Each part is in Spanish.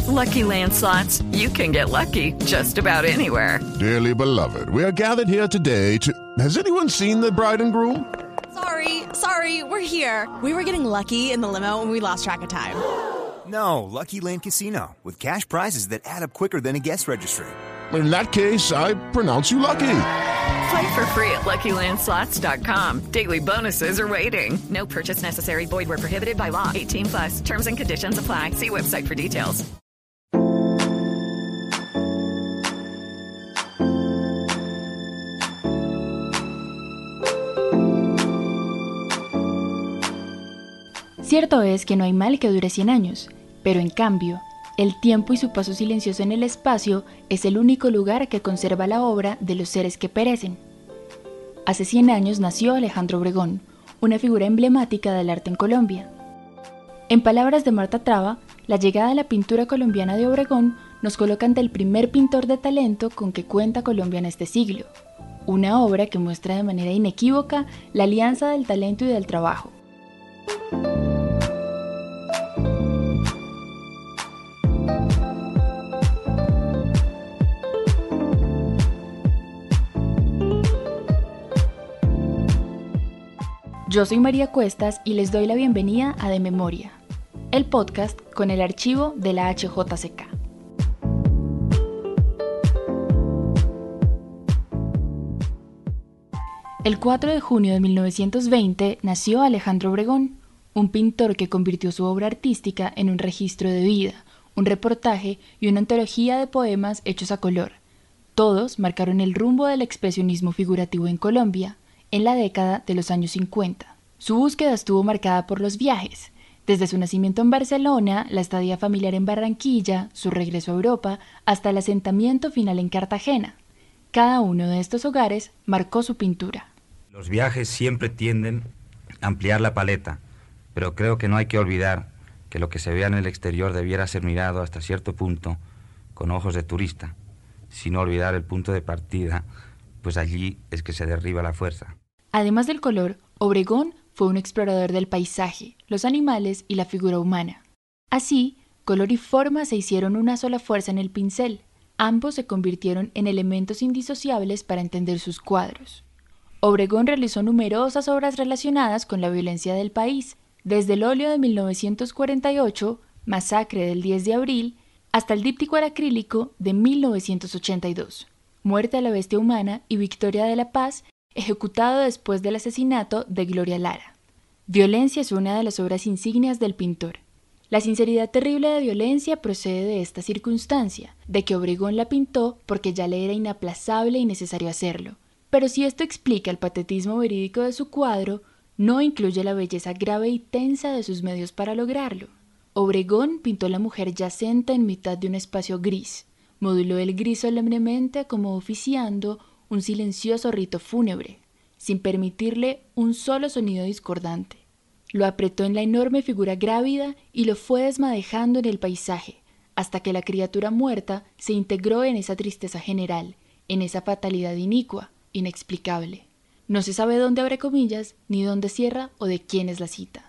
Lucky Land Slots, you can get lucky just about anywhere. Dearly beloved, we are gathered here today to... Has anyone seen the bride and groom? Sorry, we're here. We were getting lucky in the limo and we lost track of time. No, Lucky Land Casino, with cash prizes that add up quicker than a guest registry. In that case, I pronounce you lucky. Play for free at LuckyLandSlots.com. Daily bonuses are waiting. No purchase necessary. Void where prohibited by law. 18+. Terms and conditions apply. See website for details. Cierto es que no hay mal que dure 100 años, pero en cambio, el tiempo y su paso silencioso en el espacio es el único lugar que conserva la obra de los seres que perecen. Hace 100 años nació Alejandro Obregón, una figura emblemática del arte en Colombia. En palabras de Marta Traba, la llegada a la pintura colombiana de Obregón nos coloca ante el primer pintor de talento con que cuenta Colombia en este siglo, una obra que muestra de manera inequívoca la alianza del talento y del trabajo. Yo soy María Cuestas y les doy la bienvenida a De Memoria, el podcast con el archivo de la HJCK. El 4 de junio de 1920 nació Alejandro Obregón, un pintor que convirtió su obra artística en un registro de vida, un reportaje y una antología de poemas hechos a color. Todos marcaron el rumbo del expresionismo figurativo en Colombia en la década de los años 50. Su búsqueda estuvo marcada por los viajes, desde su nacimiento en Barcelona, la estadía familiar en Barranquilla, su regreso a Europa, hasta el asentamiento final en Cartagena. Cada uno de estos hogares marcó su pintura. Los viajes siempre tienden a ampliar la paleta, pero creo que no hay que olvidar que lo que se vea en el exterior debiera ser mirado hasta cierto punto con ojos de turista, sin olvidar el punto de partida, pues allí es que se derriba la fuerza. Además del color, Obregón fue un explorador del paisaje, los animales y la figura humana. Así, color y forma se hicieron una sola fuerza en el pincel. Ambos se convirtieron en elementos indisociables para entender sus cuadros. Obregón realizó numerosas obras relacionadas con la violencia del país, desde el óleo de 1948, Masacre del 10 de abril, hasta el díptico al acrílico de 1982. Muerte a la bestia humana y Victoria de la Paz, ejecutado después del asesinato de Gloria Lara. Violencia es una de las obras insignias del pintor. La sinceridad terrible de Violencia procede de esta circunstancia, de que Obregón la pintó porque ya le era inaplazable y necesario hacerlo. Pero si esto explica el patetismo verídico de su cuadro, no incluye la belleza grave y tensa de sus medios para lograrlo. Obregón pintó a la mujer yacente en mitad de un espacio gris, moduló el gris solemnemente como oficiando un silencioso rito fúnebre, sin permitirle un solo sonido discordante. Lo apretó en la enorme figura grávida y lo fue desmadejando en el paisaje, hasta que la criatura muerta se integró en esa tristeza general, en esa fatalidad inicua, inexplicable. No se sabe dónde abre comillas, ni dónde cierra o de quién es la cita.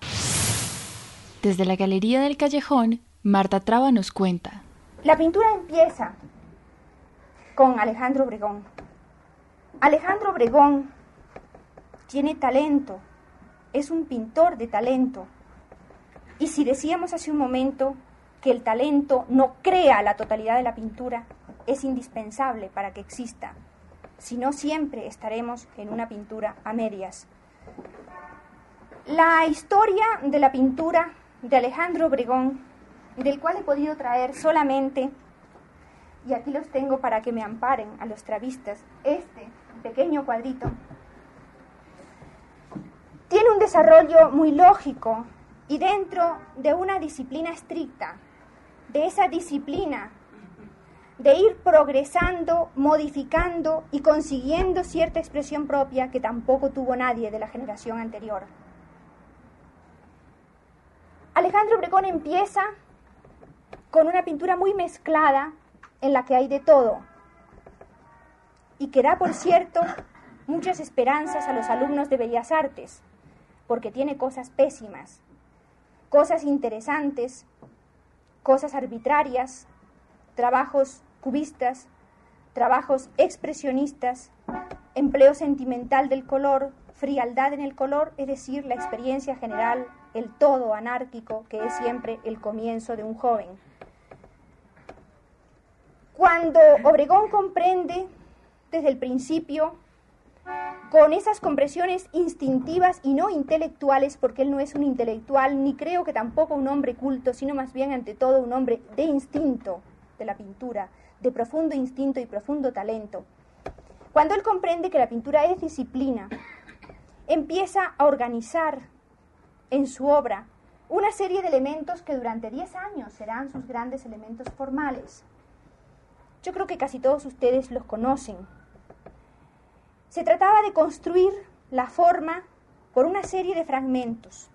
Desde la Galería del Callejón, Marta Traba nos cuenta. La pintura empieza con Alejandro Obregón. Alejandro Obregón tiene talento, es un pintor de talento. Y si decíamos hace un momento que el talento no crea la totalidad de la pintura, es indispensable para que exista. Si no, siempre estaremos en una pintura a medias. La historia de la pintura de Alejandro Obregón, del cual he podido traer solamente, y aquí los tengo para que me amparen a los travistas, este pequeño cuadrito, tiene un desarrollo muy lógico y dentro de una disciplina estricta, de esa disciplina de ir progresando, modificando y consiguiendo cierta expresión propia que tampoco tuvo nadie de la generación anterior. Alejandro Obregón empieza con una pintura muy mezclada en la que hay de todo y que da, por cierto, muchas esperanzas a los alumnos de Bellas Artes, porque tiene cosas pésimas, cosas interesantes cosas arbitrarias, trabajos cubistas, trabajos expresionistas, empleo sentimental del color, frialdad en el color, es decir, la experiencia general, el todo anárquico, que es siempre el comienzo de un joven. Cuando Obregón comprende desde el principio, con esas compresiones instintivas y no intelectuales, porque él no es un intelectual, ni creo que tampoco un hombre culto, sino más bien ante todo un hombre de instinto de la pintura, de profundo instinto y profundo talento. Cuando él comprende que la pintura es disciplina, empieza a organizar en su obra una serie de elementos que durante 10 años serán sus grandes elementos formales. Yo creo que casi todos ustedes los conocen. Se trataba de construir la forma por una serie de fragmentos,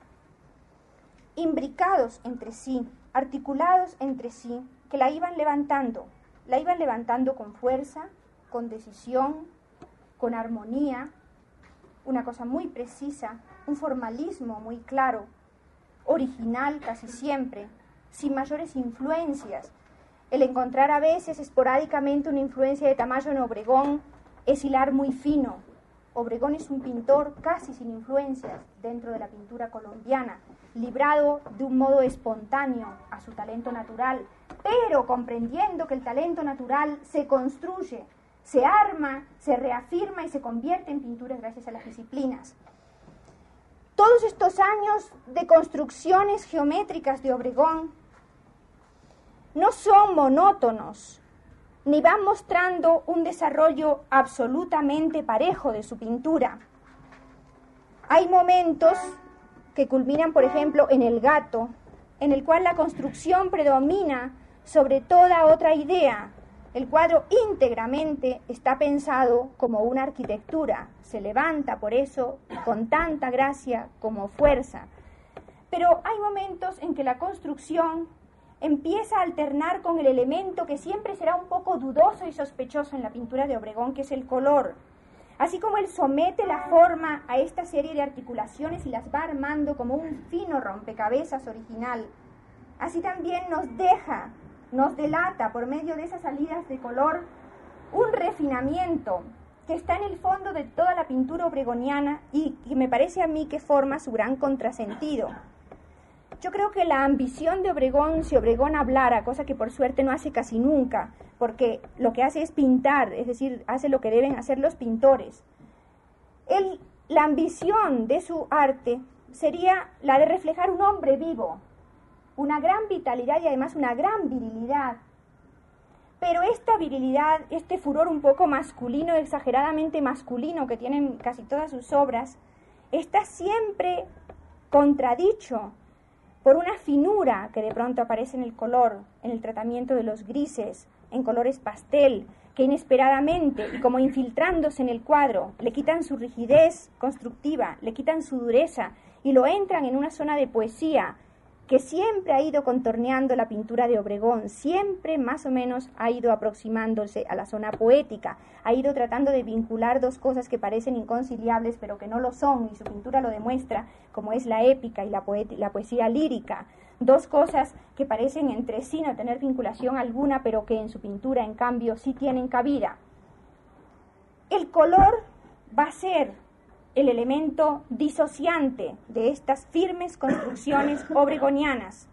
imbricados entre sí, articulados entre sí, que la iban levantando con fuerza, con decisión, con armonía, una cosa muy precisa, un formalismo muy claro, original casi siempre, sin mayores influencias. El encontrar a veces esporádicamente una influencia de Tamayo en Obregón es hilar muy fino. Obregón es un pintor casi sin influencias dentro de la pintura colombiana, librado de un modo espontáneo a su talento natural, pero comprendiendo que el talento natural se construye, se arma, se reafirma y se convierte en pintura gracias a las disciplinas. Todos estos años de construcciones geométricas de Obregón no son monótonos, ni van mostrando un desarrollo absolutamente parejo de su pintura. Hay momentos que culminan, por ejemplo, en El Gato, en el cual la construcción predomina sobre toda otra idea. El cuadro íntegramente está pensado como una arquitectura, se levanta por eso con tanta gracia como fuerza. Pero hay momentos en que la construcción empieza a alternar con el elemento que siempre será un poco dudoso y sospechoso en la pintura de Obregón, que es el color. Así como él somete la forma a esta serie de articulaciones y las va armando como un fino rompecabezas original, así también nos delata por medio de esas salidas de color un refinamiento que está en el fondo de toda la pintura obregoniana y que me parece a mí que forma su gran contrasentido. Yo creo que la ambición de Obregón, si Obregón hablara, cosa que por suerte no hace casi nunca, porque lo que hace es pintar, es decir, hace lo que deben hacer los pintores. La ambición de su arte sería la de reflejar un hombre vivo, una gran vitalidad y además una gran virilidad. Pero esta virilidad, este furor un poco masculino, exageradamente masculino que tienen casi todas sus obras, está siempre contradicho por una finura que de pronto aparece en el color, en el tratamiento de los grises, en colores pastel, que inesperadamente y como infiltrándose en el cuadro, le quitan su rigidez constructiva, le quitan su dureza y lo entran en una zona de poesía que siempre ha ido contorneando la pintura de Obregón, siempre más o menos ha ido aproximándose a la zona poética, ha ido tratando de vincular dos cosas que parecen inconciliables pero que no lo son, y su pintura lo demuestra, como es la épica y la poesía lírica, dos cosas que parecen entre sí no tener vinculación alguna, pero que en su pintura en cambio sí tienen cabida. El color va a ser el elemento disociante de estas firmes construcciones obregonianas.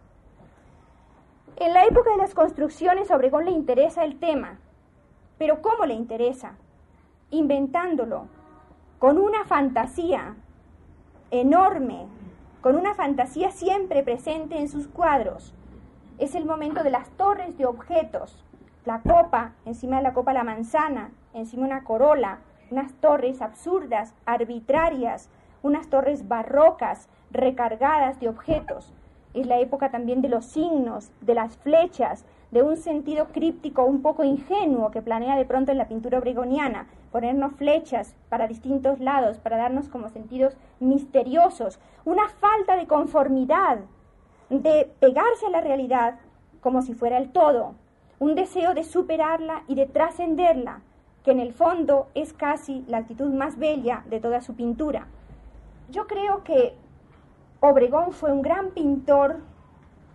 En la época de las construcciones a Obregón le interesa el tema, pero ¿cómo le interesa? Inventándolo, con una fantasía enorme, con una fantasía siempre presente en sus cuadros. Es el momento de las torres de objetos, la copa, encima de la copa la manzana, encima una corola, unas torres absurdas, arbitrarias, unas torres barrocas, recargadas de objetos. Es la época también de los signos, de las flechas, de un sentido críptico un poco ingenuo que planea de pronto en la pintura obregoniana, ponernos flechas para distintos lados, para darnos como sentidos misteriosos, una falta de conformidad, de pegarse a la realidad como si fuera el todo, un deseo de superarla y de trascenderla, que en el fondo es casi la actitud más bella de toda su pintura. Yo creo que Obregón fue un gran pintor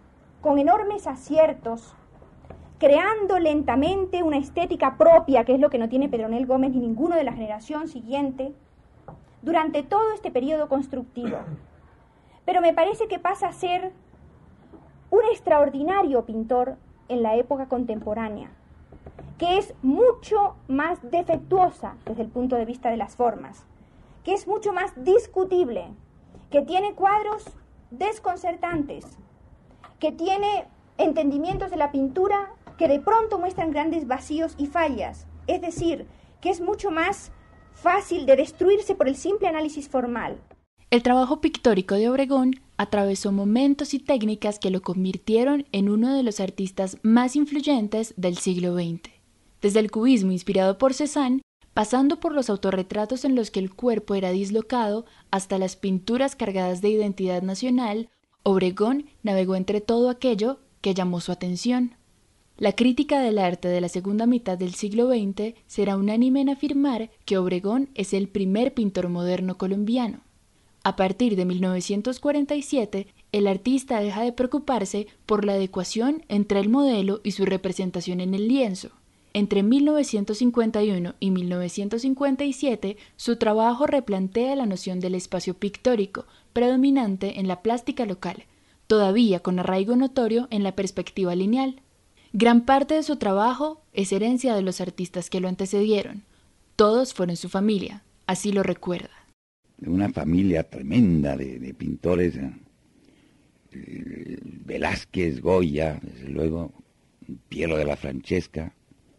con enormes aciertos, creando lentamente una estética propia, que es lo que no tiene Pedronel Gómez ni ninguno de la generación siguiente, durante todo este periodo constructivo. Pero me parece que pasa a ser un extraordinario pintor en la época contemporánea, que es mucho más defectuosa desde el punto de vista de las formas, que es mucho más discutible, que tiene cuadros desconcertantes, que tiene entendimientos de la pintura que de pronto muestran grandes vacíos y fallas, es decir, que es mucho más fácil de destruirse por el simple análisis formal. El trabajo pictórico de Obregón atravesó momentos y técnicas que lo convirtieron en uno de los artistas más influyentes del siglo XX. Desde el cubismo inspirado por Cézanne, pasando por los autorretratos en los que el cuerpo era dislocado, hasta las pinturas cargadas de identidad nacional, Obregón navegó entre todo aquello que llamó su atención. La crítica del arte de la segunda mitad del siglo XX será unánime en afirmar que Obregón es el primer pintor moderno colombiano. A partir de 1947, el artista deja de preocuparse por la adecuación entre el modelo y su representación en el lienzo. Entre 1951 y 1957, su trabajo replantea la noción del espacio pictórico, predominante en la plástica local, todavía con arraigo notorio en la perspectiva lineal. Gran parte de su trabajo es herencia de los artistas que lo antecedieron. Todos fueron su familia, así lo recuerda. Una familia tremenda de pintores, Velázquez, Goya, desde luego, Piero de la Francesca,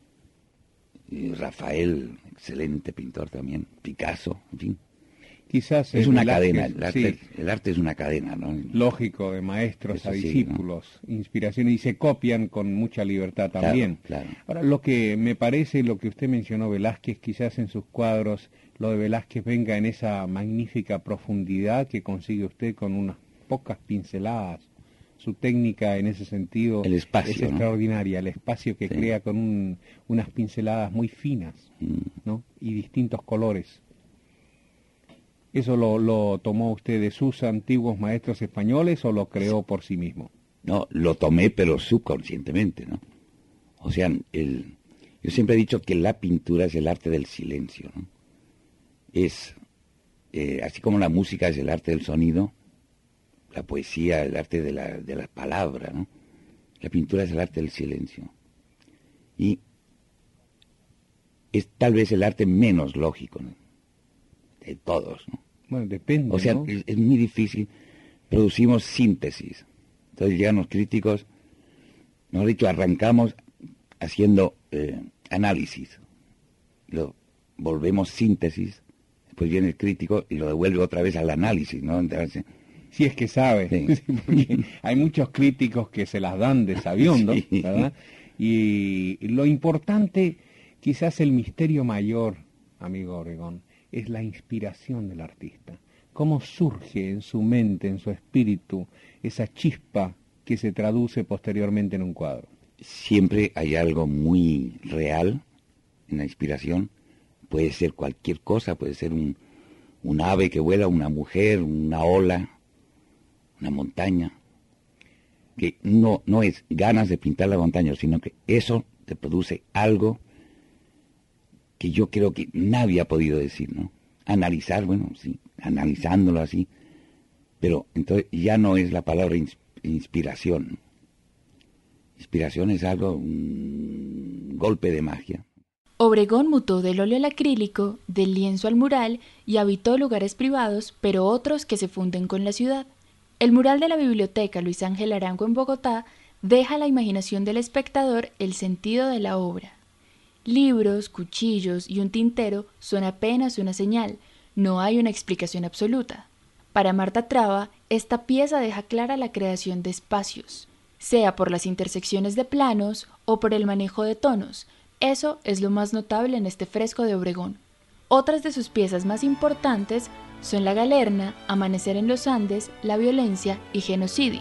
Rafael, excelente pintor también, Picasso, en fin. Quizás es una Velázquez, cadena, sí. El arte es una cadena, ¿no? Lógico, de maestros Eso a sí, discípulos, ¿no? Inspiraciones, y se copian con mucha libertad también. Claro. Ahora, lo que me parece, lo que usted mencionó, Velázquez, quizás en sus cuadros, lo de Velázquez venga en esa magnífica profundidad que consigue usted con unas pocas pinceladas. Su técnica en ese sentido el espacio, es extraordinaria, el espacio que crea con unas pinceladas muy finas, ¿no? Y distintos colores. ¿Eso lo tomó usted de sus antiguos maestros españoles o lo creó por sí mismo? No, lo tomé, pero subconscientemente, ¿no? O sea, yo siempre he dicho que la pintura es el arte del silencio, ¿no? Es, así como la música es el arte del sonido, la poesía el arte de la palabra, ¿no? La pintura es el arte del silencio. Y es tal vez el arte menos lógico, ¿no? De todos, ¿no? Bueno, depende, o sea, ¿no? es muy difícil. Producimos síntesis. Entonces llegan los críticos, mejor dicho, arrancamos haciendo análisis. Lo volvemos síntesis, después viene el crítico y lo devuelve otra vez al análisis, ¿no? Entonces, si es que sabe, sí. Porque hay muchos críticos que se las dan de sabiondo, sí. ¿Verdad? Y lo importante, quizás el misterio mayor, amigo Obregón, es la inspiración del artista. Cómo surge en su mente, en su espíritu, esa chispa que se traduce posteriormente en un cuadro. Siempre hay algo muy real en la inspiración. Puede ser cualquier cosa, puede ser un ave que vuela, una mujer, una ola, una montaña, que no es ganas de pintar la montaña, sino que eso te produce algo que yo creo que nadie ha podido decir, ¿no? Analizar, bueno, sí, analizándolo así, pero entonces ya no es la palabra inspiración. Inspiración es algo, un golpe de magia. Obregón mutó del óleo al acrílico, del lienzo al mural y habitó lugares privados, pero otros que se funden con la ciudad. El mural de la biblioteca Luis Ángel Arango en Bogotá deja a la imaginación del espectador el sentido de la obra. Libros, cuchillos y un tintero son apenas una señal, no hay una explicación absoluta. Para Marta Traba, esta pieza deja clara la creación de espacios, sea por las intersecciones de planos o por el manejo de tonos. Eso es lo más notable en este fresco de Obregón. Otras de sus piezas más importantes son La Galerna, Amanecer en los Andes, La Violencia y Genocidio.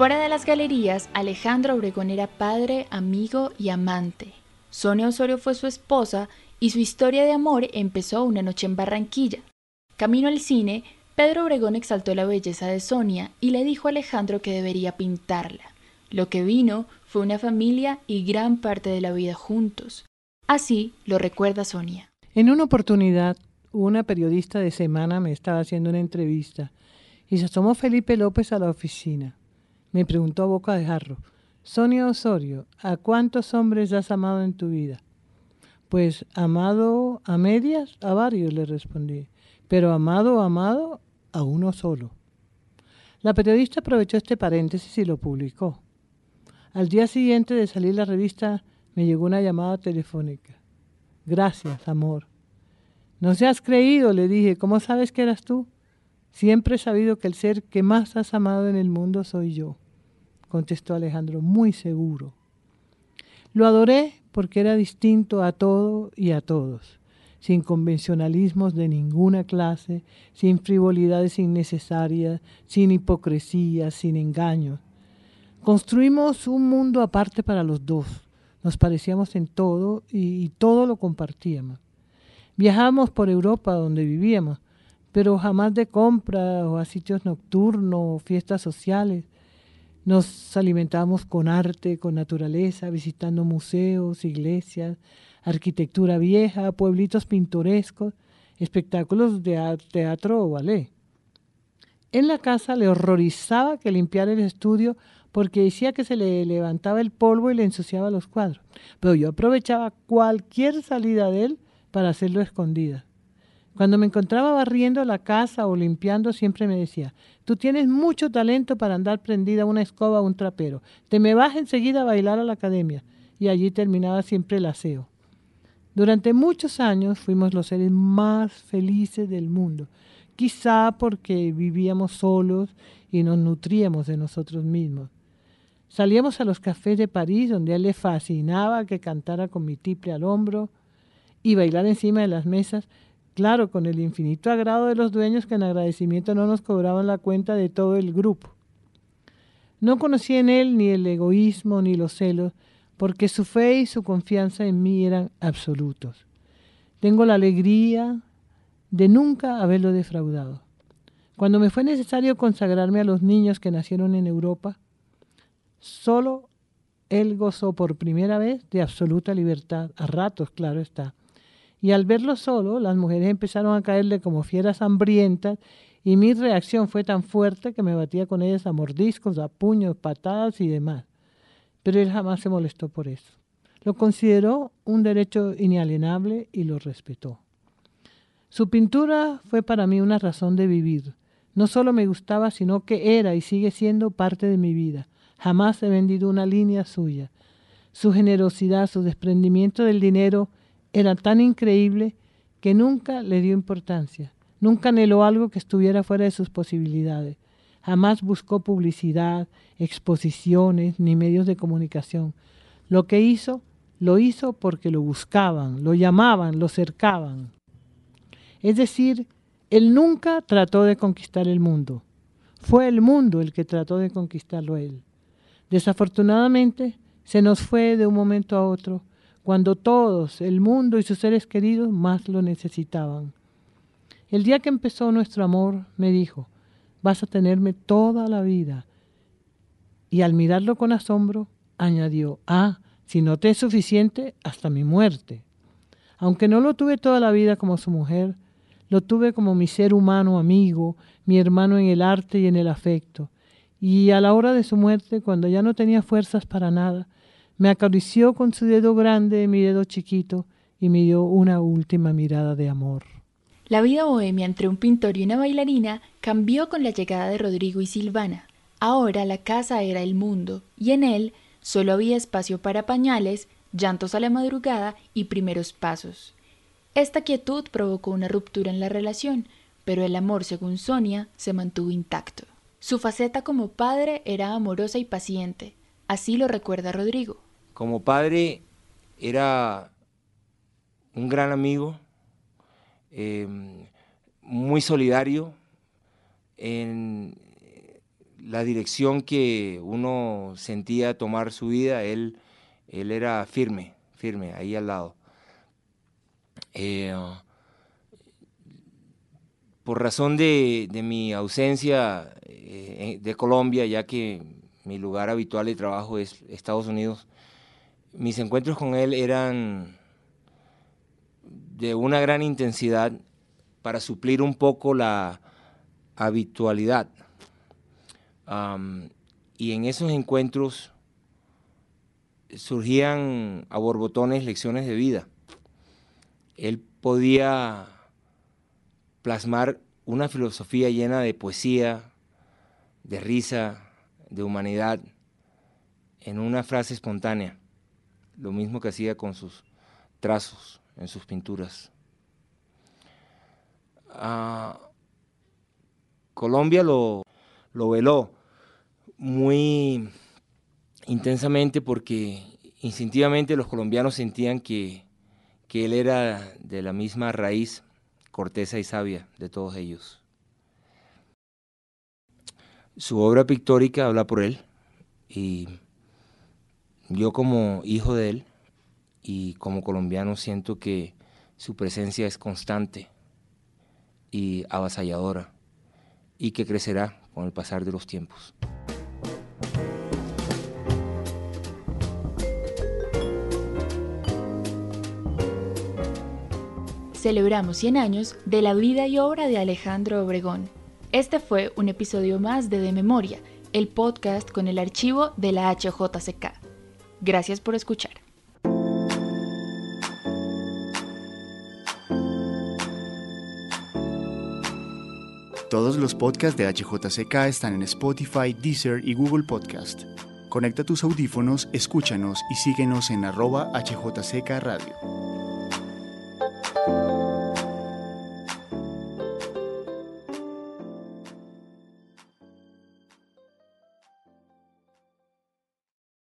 Fuera de las galerías, Alejandro Obregón era padre, amigo y amante. Sonia Osorio fue su esposa y su historia de amor empezó una noche en Barranquilla. Camino al cine, Pedro Obregón exaltó la belleza de Sonia y le dijo a Alejandro que debería pintarla. Lo que vino fue una familia y gran parte de la vida juntos. Así lo recuerda Sonia. En una oportunidad, una periodista de Semana me estaba haciendo una entrevista y se asomó Felipe López a la oficina. Me preguntó a boca de jarro: Sonia Osorio, ¿a cuántos hombres has amado en tu vida? Pues amado a medias, a varios, le respondí, pero amado, a uno solo. La periodista aprovechó este paréntesis y lo publicó. Al día siguiente de salir la revista me llegó una llamada telefónica. Gracias, amor. No seas creído, le dije, ¿cómo sabes que eras tú? Siempre he sabido que el ser que más has amado en el mundo soy yo, contestó Alejandro, muy seguro. Lo adoré porque era distinto a todo y a todos, sin convencionalismos de ninguna clase, sin frivolidades innecesarias, sin hipocresía, sin engaños. Construimos un mundo aparte para los dos, nos parecíamos en todo y todo lo compartíamos. Viajábamos por Europa donde vivíamos, pero jamás de compras o a sitios nocturnos o fiestas sociales. Nos alimentábamos con arte, con naturaleza, visitando museos, iglesias, arquitectura vieja, pueblitos pintorescos, espectáculos de teatro o ballet. En la casa le horrorizaba que limpiara el estudio porque decía que se le levantaba el polvo y le ensuciaba los cuadros. Pero yo aprovechaba cualquier salida de él para hacerlo escondida. Cuando me encontraba barriendo la casa o limpiando, siempre me decía: tú tienes mucho talento para andar prendida una escoba o un trapero. Te me vas enseguida a bailar a la academia. Y allí terminaba siempre el aseo. Durante muchos años fuimos los seres más felices del mundo. Quizá porque vivíamos solos y nos nutríamos de nosotros mismos. Salíamos a los cafés de París, donde a él le fascinaba que cantara con mi tiple al hombro y bailar encima de las mesas, claro, con el infinito agrado de los dueños que en agradecimiento no nos cobraban la cuenta de todo el grupo. No conocí en él ni el egoísmo ni los celos, porque su fe y su confianza en mí eran absolutos. Tengo la alegría de nunca haberlo defraudado. Cuando me fue necesario consagrarme a los niños que nacieron en Europa, solo él gozó por primera vez de absoluta libertad, a ratos, claro está. Y al verlo solo, las mujeres empezaron a caerle como fieras hambrientas y mi reacción fue tan fuerte que me batía con ellas a mordiscos, a puños, patadas y demás. Pero él jamás se molestó por eso. Lo consideró un derecho inalienable y lo respetó. Su pintura fue para mí una razón de vivir. No solo me gustaba, sino que era y sigue siendo parte de mi vida. Jamás he vendido una línea suya. Su generosidad, su desprendimiento del dinero era tan increíble que nunca le dio importancia. Nunca anheló algo que estuviera fuera de sus posibilidades. Jamás buscó publicidad, exposiciones ni medios de comunicación. Lo que hizo, lo hizo porque lo buscaban, lo llamaban, lo cercaban. Es decir, él nunca trató de conquistar el mundo. Fue el mundo el que trató de conquistarlo a él. Desafortunadamente, se nos fue de un momento a otro, cuando todos, el mundo y sus seres queridos, más lo necesitaban. El día que empezó nuestro amor, me dijo: vas a tenerme toda la vida. Y al mirarlo con asombro, añadió: si no te es suficiente, hasta mi muerte. Aunque no lo tuve toda la vida como su mujer, lo tuve como mi ser humano amigo, mi hermano en el arte y en el afecto. Y a la hora de su muerte, cuando ya no tenía fuerzas para nada, me acarició con su dedo grande mi dedo chiquito y me dio una última mirada de amor. La vida bohemia entre un pintor y una bailarina cambió con la llegada de Rodrigo y Silvana. Ahora la casa era el mundo y en él solo había espacio para pañales, llantos a la madrugada y primeros pasos. Esta quietud provocó una ruptura en la relación, pero el amor, según Sonia, se mantuvo intacto. Su faceta como padre era amorosa y paciente. Así lo recuerda Rodrigo. Como padre era un gran amigo, muy solidario en la dirección que uno sentía tomar su vida, él era firme, ahí al lado. Por razón de mi ausencia de Colombia, ya que mi lugar habitual de trabajo es Estados Unidos, mis encuentros con él eran de una gran intensidad para suplir un poco la habitualidad. Y en esos encuentros surgían a borbotones lecciones de vida. Él podía plasmar una filosofía llena de poesía, de risa, de humanidad, en una frase espontánea, lo mismo que hacía con sus trazos en sus pinturas. Colombia lo veló muy intensamente porque instintivamente los colombianos sentían que él era de la misma raíz cortesa y sabia de todos ellos. Su obra pictórica habla por él, y yo como hijo de él y como colombiano siento que su presencia es constante y avasalladora, y que crecerá con el pasar de los tiempos. Celebramos 100 años de la vida y obra de Alejandro Obregón. Este fue un episodio más de Memoria, el podcast con el archivo de la HJCK. Gracias por escuchar. Todos los podcasts de HJCK están en Spotify, Deezer y Google Podcast. Conecta tus audífonos, escúchanos y síguenos en @HJCK Radio.